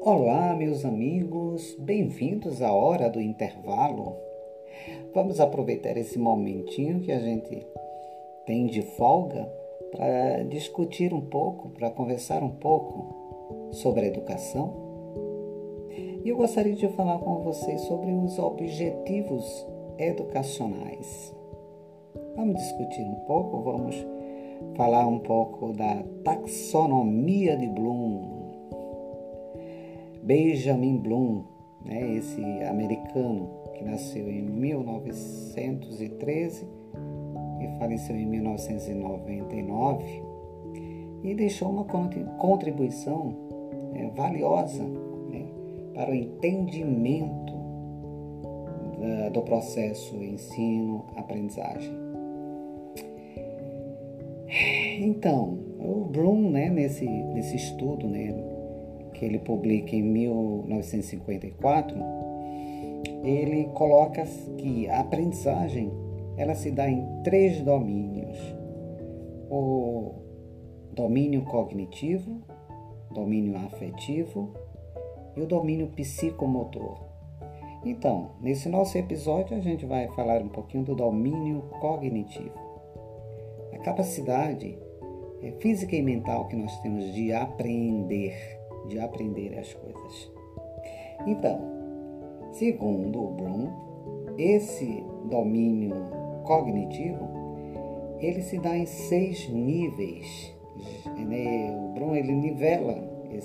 Olá, meus amigos, bem-vindos à hora do intervalo. Vamos aproveitar esse momentinho que a gente tem de folga para discutir um pouco, para conversar um pouco sobre a educação. E eu gostaria de falar com vocês sobre os objetivos educacionais. Vamos discutir um pouco, vamos falar um pouco da taxonomia de Bloom. Benjamin Bloom, esse americano que nasceu em 1913 e faleceu em 1999 e deixou uma contribuição valiosa para o entendimento do processo ensino-aprendizagem. Então, o Bloom, nesse estudo, que ele publica em 1954, ele coloca que a aprendizagem ela se dá em 3 domínios: o domínio cognitivo, domínio afetivo e o domínio psicomotor. Então, nesse nosso episódio a gente vai falar um pouquinho do domínio cognitivo, a capacidade física e mental que nós temos de aprender as coisas. Então, segundo o Bloom, esse domínio cognitivo, ele se dá em 6 níveis. O Bloom, ele nivela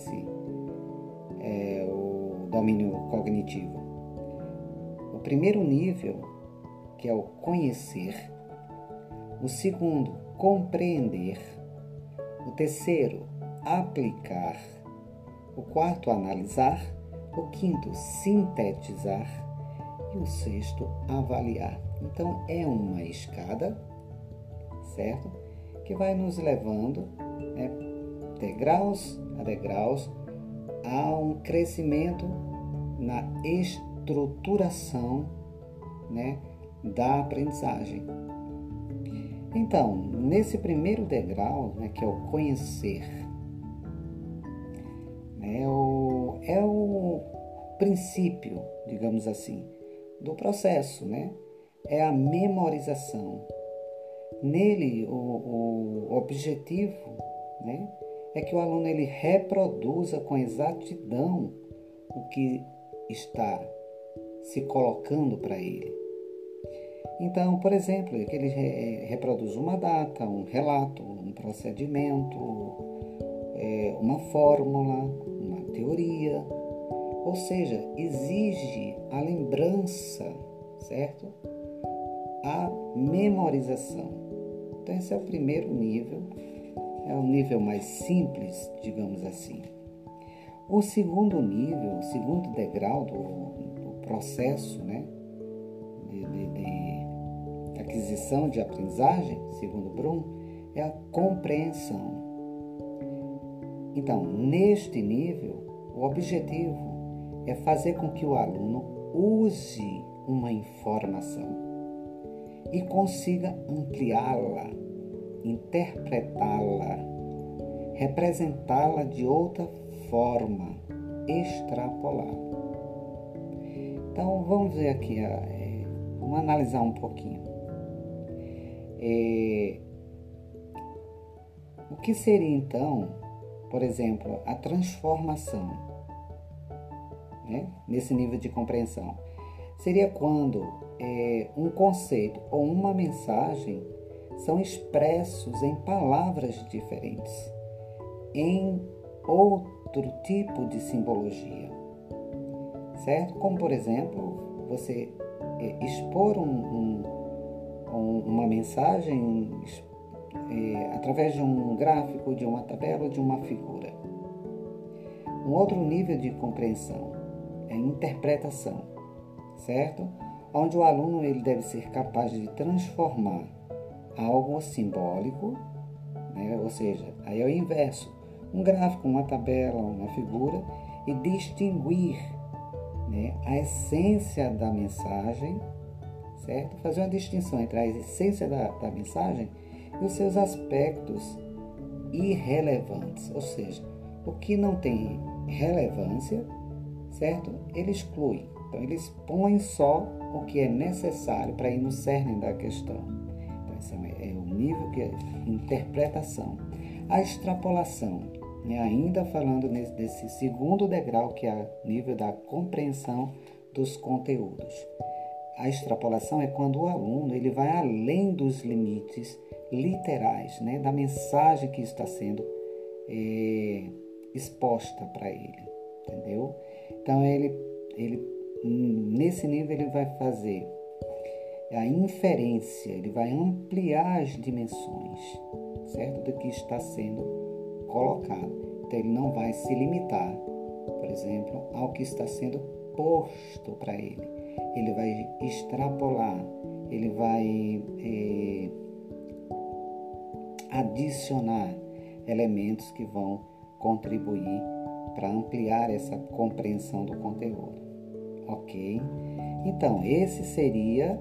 o domínio cognitivo. O primeiro nível, que é o conhecer. O segundo, compreender. O terceiro, aplicar. O quarto, analisar. O quinto, sintetizar. E o sexto, avaliar. Então, é uma escada, certo? Que vai nos levando, degraus a degraus, a um crescimento na estruturação, da aprendizagem. Então, nesse primeiro degrau, que é o conhecer, é o princípio, digamos assim, do processo, é a memorização. Nele, o objetivo, é que o aluno ele reproduza com exatidão o que está se colocando para ele. Então, por exemplo, que ele reproduz uma data, um relato, um procedimento, uma fórmula, uma teoria, ou seja, exige a lembrança, certo? A memorização. Então, esse é o primeiro nível, é o nível mais simples, digamos assim. O segundo nível, o segundo degrau do processo, de aquisição de aprendizagem, segundo Bloom, é a compreensão. Então, neste nível, o objetivo é fazer com que o aluno use uma informação e consiga ampliá-la, interpretá-la, representá-la de outra forma, extrapolar. Então, vamos ver aqui, vamos analisar um pouquinho. O que seria, então, por exemplo, a transformação, nesse nível de compreensão? Seria quando um conceito ou uma mensagem são expressos em palavras diferentes, em outro tipo de simbologia, certo? Como, por exemplo, você expor uma mensagem através de um gráfico, de uma tabela, de uma figura. Um outro nível de compreensão é a interpretação, certo? Onde o aluno ele deve ser capaz de transformar algo simbólico, ou seja, aí é o inverso, um gráfico, uma tabela, uma figura, e distinguir a essência da mensagem, certo? Fazer uma distinção entre a essência da mensagem e os seus aspectos irrelevantes, ou seja, o que não tem relevância, certo? Ele exclui. Então, eles põem só o que é necessário para ir no cerne da questão. Então, esse é o nível que é interpretação. A extrapolação, né? Ainda falando desse segundo degrau, que é o nível da compreensão dos conteúdos. A extrapolação é quando o aluno ele vai além dos limites literais, né, da mensagem que está sendo exposta para ele, entendeu? Então, ele nesse nível ele vai fazer a inferência, ele vai ampliar as dimensões, certo? Do que está sendo colocado. Então, ele não vai se limitar, por exemplo, ao que está sendo posto para ele. Ele vai extrapolar, ele vai adicionar elementos que vão contribuir para ampliar essa compreensão do conteúdo. Ok? Então, esse seria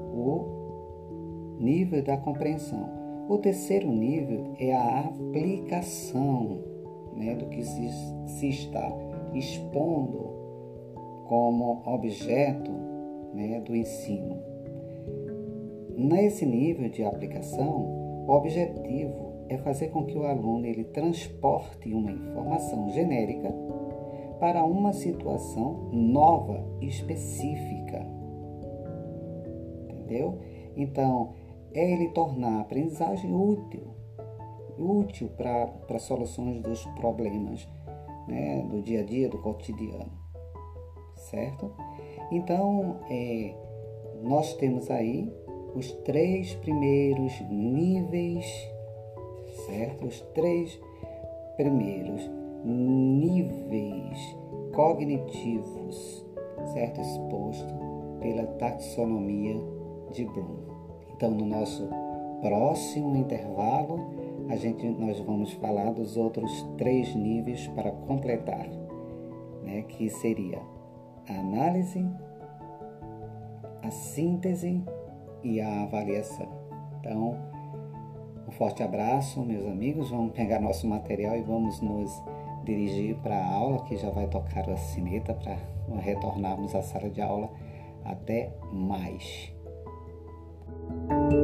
o nível da compreensão. O terceiro nível é a aplicação, né, do que se está expondo como objeto, né, do ensino. Nesse nível de aplicação, o objetivo é fazer com que o aluno ele transporte uma informação genérica para uma situação nova, específica. Entendeu? Então, é ele tornar a aprendizagem útil para soluções dos problemas, né, do dia a dia, do cotidiano. Certo? Então, nós temos aí os 3 primeiros níveis, certo? Os 3 primeiros níveis cognitivos, certo? Exposto pela taxonomia de Bloom. Então, no nosso próximo intervalo, nós vamos falar dos outros 3 níveis para completar, né? Que seria a análise, a síntese e a avaliação. Então, um forte abraço, meus amigos. Vamos pegar nosso material e vamos nos dirigir para a aula, que já vai tocar a sineta para retornarmos à sala de aula. Até mais.